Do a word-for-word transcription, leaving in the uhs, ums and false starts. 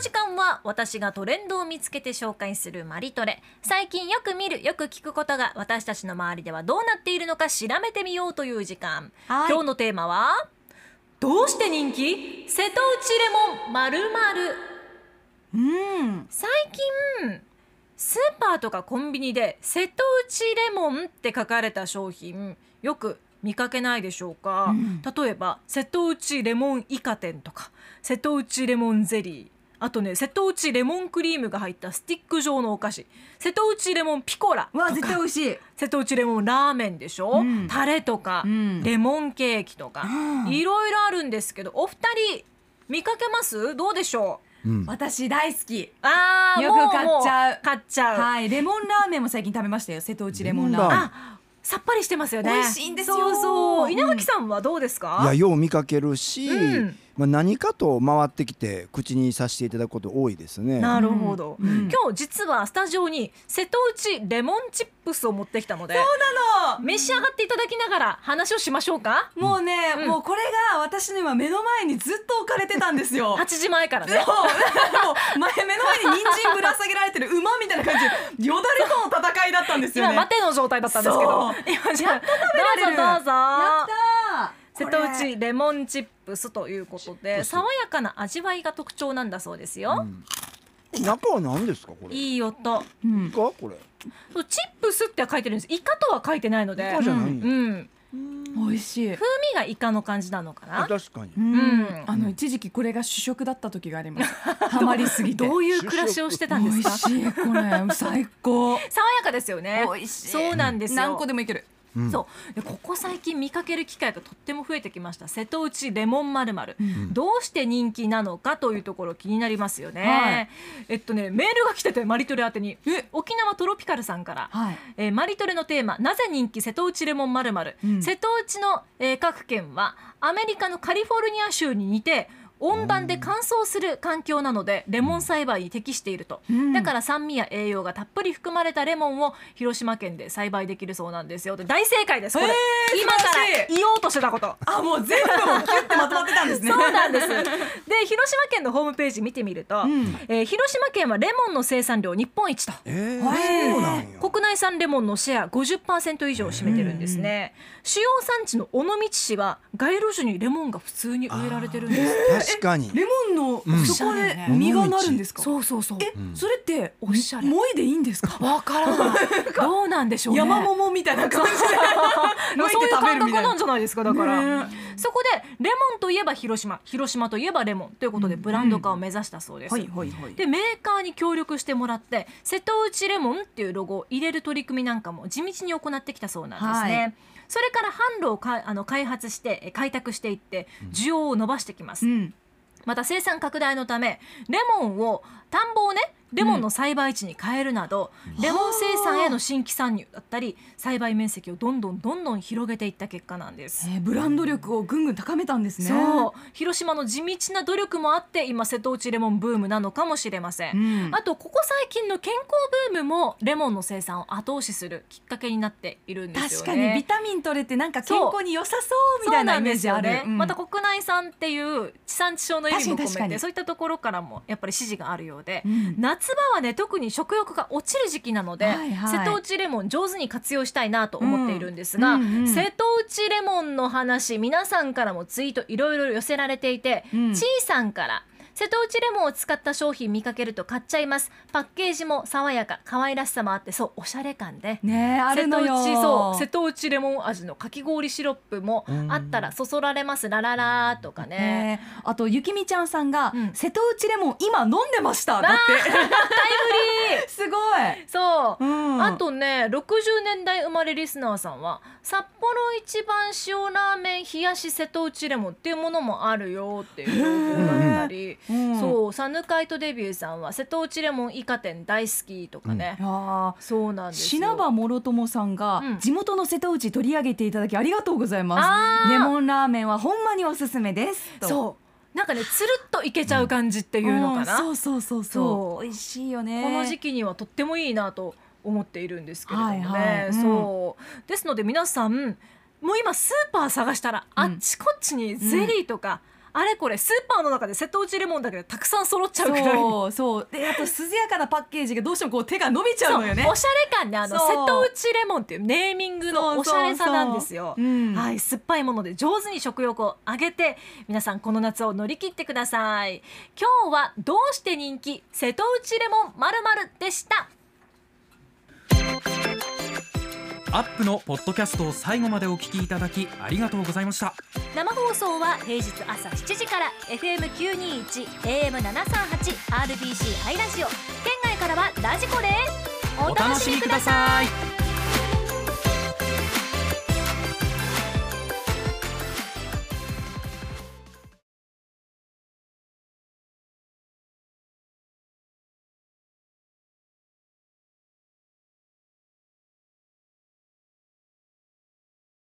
時間は私がトレンドを見つけて紹介するマリトレ。最近よく見るよく聞くことが私たちの周りではどうなっているのか調べてみようという時間。今日のテーマはどうして人気瀬戸内レモン〇〇。うん最近スーパーとかコンビニで瀬戸内レモンって書かれた商品よく見かけないでしょうか、うん、例えば瀬戸内レモンイカ天とか瀬戸内レモンゼリー、あとね瀬戸内レモンクリームが入ったスティック状のお菓子瀬戸内レモンピコラとか、 わ絶対美味しい瀬戸内レモンラーメンでしょ、うん、タレとか、うん、レモンケーキとか、うん、いろいろあるんですけど、お二人見かけます？どうでしょう？ うん、私大好き。 あよく買っちゃう買っちゃう、 はい、レモンラーメンも最近食べましたよ。瀬戸内レモンラーメン、 あさっぱりしてますよね。 美味しいんですよ。 そうそう、稲垣さんはどうですか？ いやよう見かけるし、うん、まあ、何かと回ってきて口にさせていただくこと多いですね。 なるほど、うん、今日実はスタジオに瀬戸内レモンチップスを持ってきたので、 そうなの、 召し上がっていただきながら話をしましょうか。 もうね、うん、もうこれが私の今目の前にずっと置かれてたんですよ。 はちじまえからね。 もう前目の前に人参ぶら下げられてる馬みたいな感じ、よだれとの戦いだったんですよね。 今待ての状態だったんですけど、今じゃあやっと食べられる。 どうぞどうぞ。 やったー。 瀬戸内レモンチップスということで爽やかな味わいが特徴なんだそうですよ、 うん、中は何ですかこれ？ いい音、 うん、イカこれそうチップスって書いてるんです。イカとは書いてないので、 イカじゃないんや、 うんうん、美味しい。 風味がイカの感じなのかな。 確かに、 うん、あの一時期これが主食だった時があります。ハマりすぎて。 どういう暮らしをしてたんですか？ 美味しい、これ最高。 爽やかですよね。 美味しい。 そうなんですよ。 何個でもいける。 うん、そうでここ最近見かける機会がとっても増えてきました瀬戸内レモン〇〇、うん、どうして人気なのかというところ気になりますよね、はい、えっとねメールが来ててマリトレ宛てにえ沖縄トロピカルさんから、はい、えー、マリトレのテーマなぜ人気瀬戸内レモン〇〇、うん、瀬戸内の、えー、各県はアメリカのカリフォルニア州に似て温暖で乾燥する環境なのでレモン栽培に適していると、うん、だから酸味や栄養がたっぷり含まれたレモンを広島県で栽培できるそうなんですよ。大正解ですこれ、えー、今から言おうとしてたこと。 あもう全部もキュッてまとまってたんですね。 そうなんですで広島県のホームページ見てみると、うん、えー、広島県はレモンの生産量日本一と、 えー、そうなんや。 国内産レモンのシェア ごじゅっパーセント 以上を占めてるんですね、うん、主要産地の尾道市は街路樹にレモンが普通に植えられてるんです。 確かにレモンのそこで実がなるんですか？ そうそうそう。 え、それっておしゃれ。 もいでいいんですか？ わからない。どうなんでしょうね。 山桃みたいな感じでそういう感覚なんじゃないですか。だから、そこでレモンといえば広島、広島といえばレモンということでブランド化を目指したそうです。でメーカーに協力してもらって瀬戸内レモンっていうロゴを入れる取り組みなんかも地道に行ってきたそうなんですね、はい、それから販路をかあの開発して開拓していって需要を伸ばしてきます、うん、また生産拡大のためレモンを田んぼをねレモンの栽培地に変えるなど、うん、レモン生産への新規参入だったり栽培面積をどんどんどんどん広げていった結果なんです、 えー、ブランド力をぐんぐん高めたんですね。 そう広島の地道な努力もあって今瀬戸内レモンブームなのかもしれません、うん、あとここ最近の健康ブームもレモンの生産を後押しするきっかけになっているんですよね。 確かにビタミン取れてなんか健康に良さそうみたいなイメージある、 ね、うん、また国内産っていう地産地消の意味も込めてそういったところからもやっぱり支持があるようで、うん、夏夏場はね特に食欲が落ちる時期なので、はいはい、瀬戸内レモン上手に活用したいなと思っているんですが、うんうんうん、瀬戸内レモンの話皆さんからもツイートいろいろ寄せられていて、うん、ちいさんから瀬戸内レモンを使った商品見かけると買っちゃいます。パッケージも爽やか可愛らしさもあってそうおしゃれ感で、 ね、あるのよ。 瀬戸内そう瀬戸内レモン味のかき氷シロップもあったらそそられますラララとかね、ね、 あとゆきみちゃんさんが、うん、瀬戸内レモン今飲んでましただってタイムリーすごいそう、うん、あとねろくじゅうねんだい生まれリスナーさんは札幌一番塩ラーメン冷やし瀬戸内レモンっていうものもあるよっていう情報だったり、うん、そうサヌカイトデビューさんは瀬戸内レモンイカ天大好きとかね、うん、あそうなんですよ。 品場諸友さんが、うん、地元の瀬戸内取り上げていただきありがとうございます。レモンラーメンはほんまにおすすめですと。 そうなんかねつるっといけちゃう感じっていうのかな、 うん、そうそうそうそう美味しいよね。 この時期にはとってもいいなと思っているんですけれどもね、はいはい、そうですので皆さんもう今スーパー探したら、うん、あっちこっちにゼリーとか、 あれこれスーパーの中で瀬戸内レモンだけでたくさん揃っちゃうくらい。 そうそうで、あと涼やかなパッケージがどうしてもこう手が伸びちゃうのよね。 おしゃれ感ね、あの瀬戸内レモンっていうネーミングのおしゃれさなんですよ。 そうそうそう、うん、 はい、酸っぱいもので上手に食欲を上げて皆さんこの夏を乗り切ってください。今日はどうして人気瀬戸内レモン〇〇でした。 アップのポッドキャストを最後までお聞きいただきありがとうございました。 生放送は平日朝しちじから エフエムきゅうにいち エーエムななさんはち アールビーシー ハイラジオ、県外からはラジコです。お楽しみください。